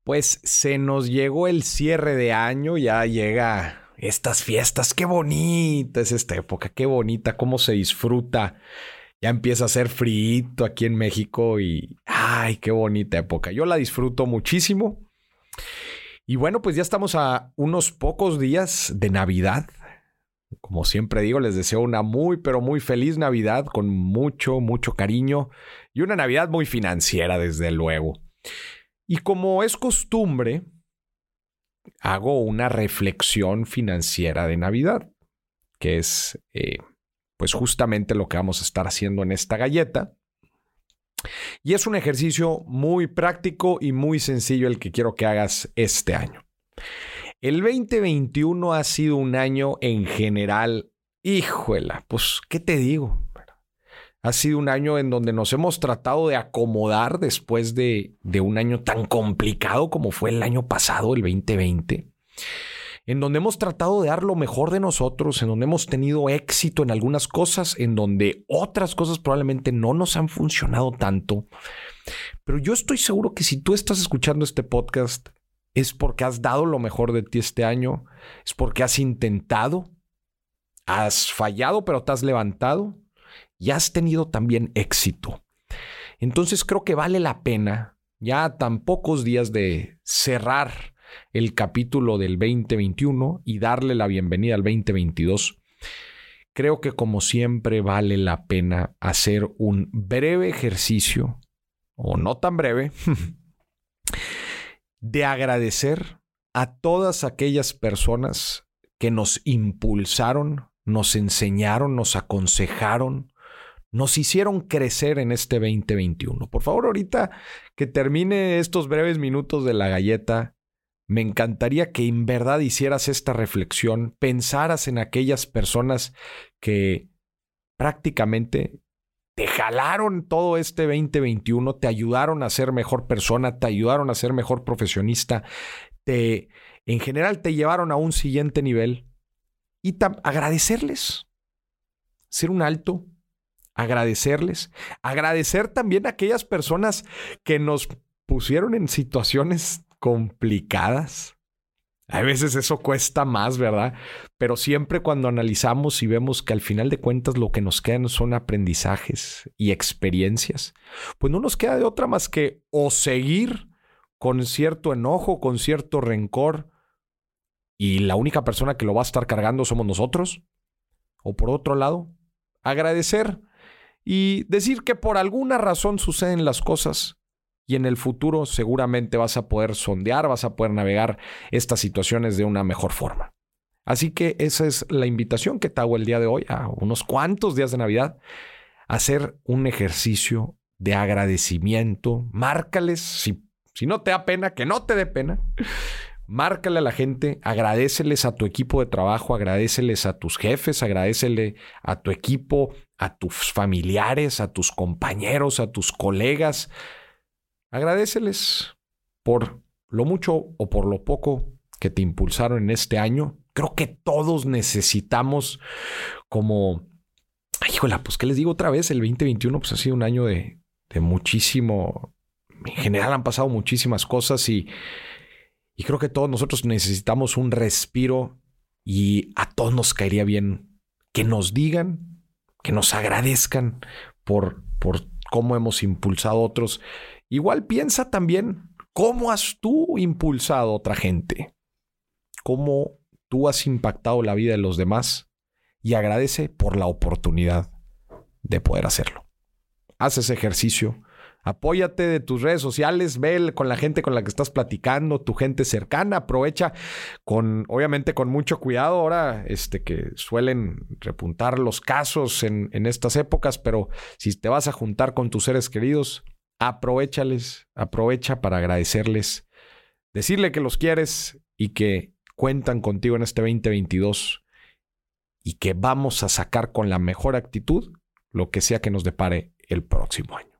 Pues se nos llegó el cierre de año, ya llega estas fiestas. Qué bonita es esta época, qué bonita, cómo se disfruta. Ya empieza a hacer frío aquí en México y ¡ay, qué bonita época! Yo la disfruto muchísimo. Y bueno, pues ya estamos a unos pocos días de Navidad. Como siempre digo, les deseo una muy, pero muy feliz Navidad con mucho, mucho cariño y una Navidad muy financiera, desde luego. Y como es costumbre, hago una reflexión financiera de Navidad, que es pues justamente lo que vamos a estar haciendo en esta galleta. Y es un ejercicio muy práctico y muy sencillo el que quiero que hagas este año. El 2021 ha sido un año en general, híjola, pues, ¿qué te digo? Ha sido un año en donde nos hemos tratado de acomodar después de un año tan complicado como fue el año pasado, el 2020, en donde hemos tratado de dar lo mejor de nosotros, en donde hemos tenido éxito en algunas cosas, en donde otras cosas probablemente no nos han funcionado tanto. Pero yo estoy seguro que si tú estás escuchando este podcast, es porque has dado lo mejor de ti este año, es porque has intentado, has fallado, pero te has levantado y has tenido también éxito. Entonces creo que vale la pena, ya a tan pocos días de cerrar el capítulo del 2021 y darle la bienvenida al 2022, creo que como siempre vale la pena hacer un breve ejercicio, o no tan breve, de agradecer a todas aquellas personas que nos impulsaron, nos enseñaron, nos aconsejaron, nos hicieron crecer en este 2021. Por favor, ahorita que termine estos breves minutos de la galleta, me encantaría que en verdad hicieras esta reflexión, pensaras en aquellas personas que prácticamente te jalaron todo este 2021, te ayudaron a ser mejor persona, te ayudaron a ser mejor profesionista, en general te llevaron a un siguiente nivel y agradecerles, hacer un alto, agradecerles, agradecer también a aquellas personas que nos pusieron en situaciones complicadas. A veces eso cuesta más, ¿verdad? Pero siempre cuando analizamos y vemos que al final de cuentas lo que nos quedan son aprendizajes y experiencias, pues no nos queda de otra más que o seguir con cierto enojo, con cierto rencor, y la única persona que lo va a estar cargando somos nosotros, o por otro lado, agradecer y decir que por alguna razón suceden las cosas. Y en el futuro seguramente vas a poder sondear, vas a poder navegar estas situaciones de una mejor forma. Así que esa es la invitación que te hago el día de hoy, a unos cuantos días de Navidad, a hacer un ejercicio de agradecimiento. Márcales, si no te da pena, que no te dé pena. Márcale a la gente, agradéceles a tu equipo de trabajo, agradéceles a tus jefes, agradécele a tu equipo, a tus familiares, a tus compañeros, a tus colegas. Agradéceles por lo mucho o por lo poco que te impulsaron en este año. Creo que todos necesitamos como... Híjola, pues ¿qué les digo otra vez? El 2021 pues ha sido un año de muchísimo... En general han pasado muchísimas cosas y creo que todos nosotros necesitamos un respiro y a todos nos caería bien que nos digan, que nos agradezcan por cómo hemos impulsado a otros. Igual piensa también cómo has tú impulsado a otra gente, cómo tú has impactado la vida de los demás y agradece por la oportunidad de poder hacerlo. Haz ese ejercicio, apóyate de tus redes sociales, ve con la gente con la que estás platicando, tu gente cercana, aprovecha obviamente con mucho cuidado ahora que suelen repuntar los casos en estas épocas, pero si te vas a juntar con tus seres queridos, aprovecha para agradecerles, decirle que los quieres y que cuentan contigo en este 2022 y que vamos a sacar con la mejor actitud lo que sea que nos depare el próximo año.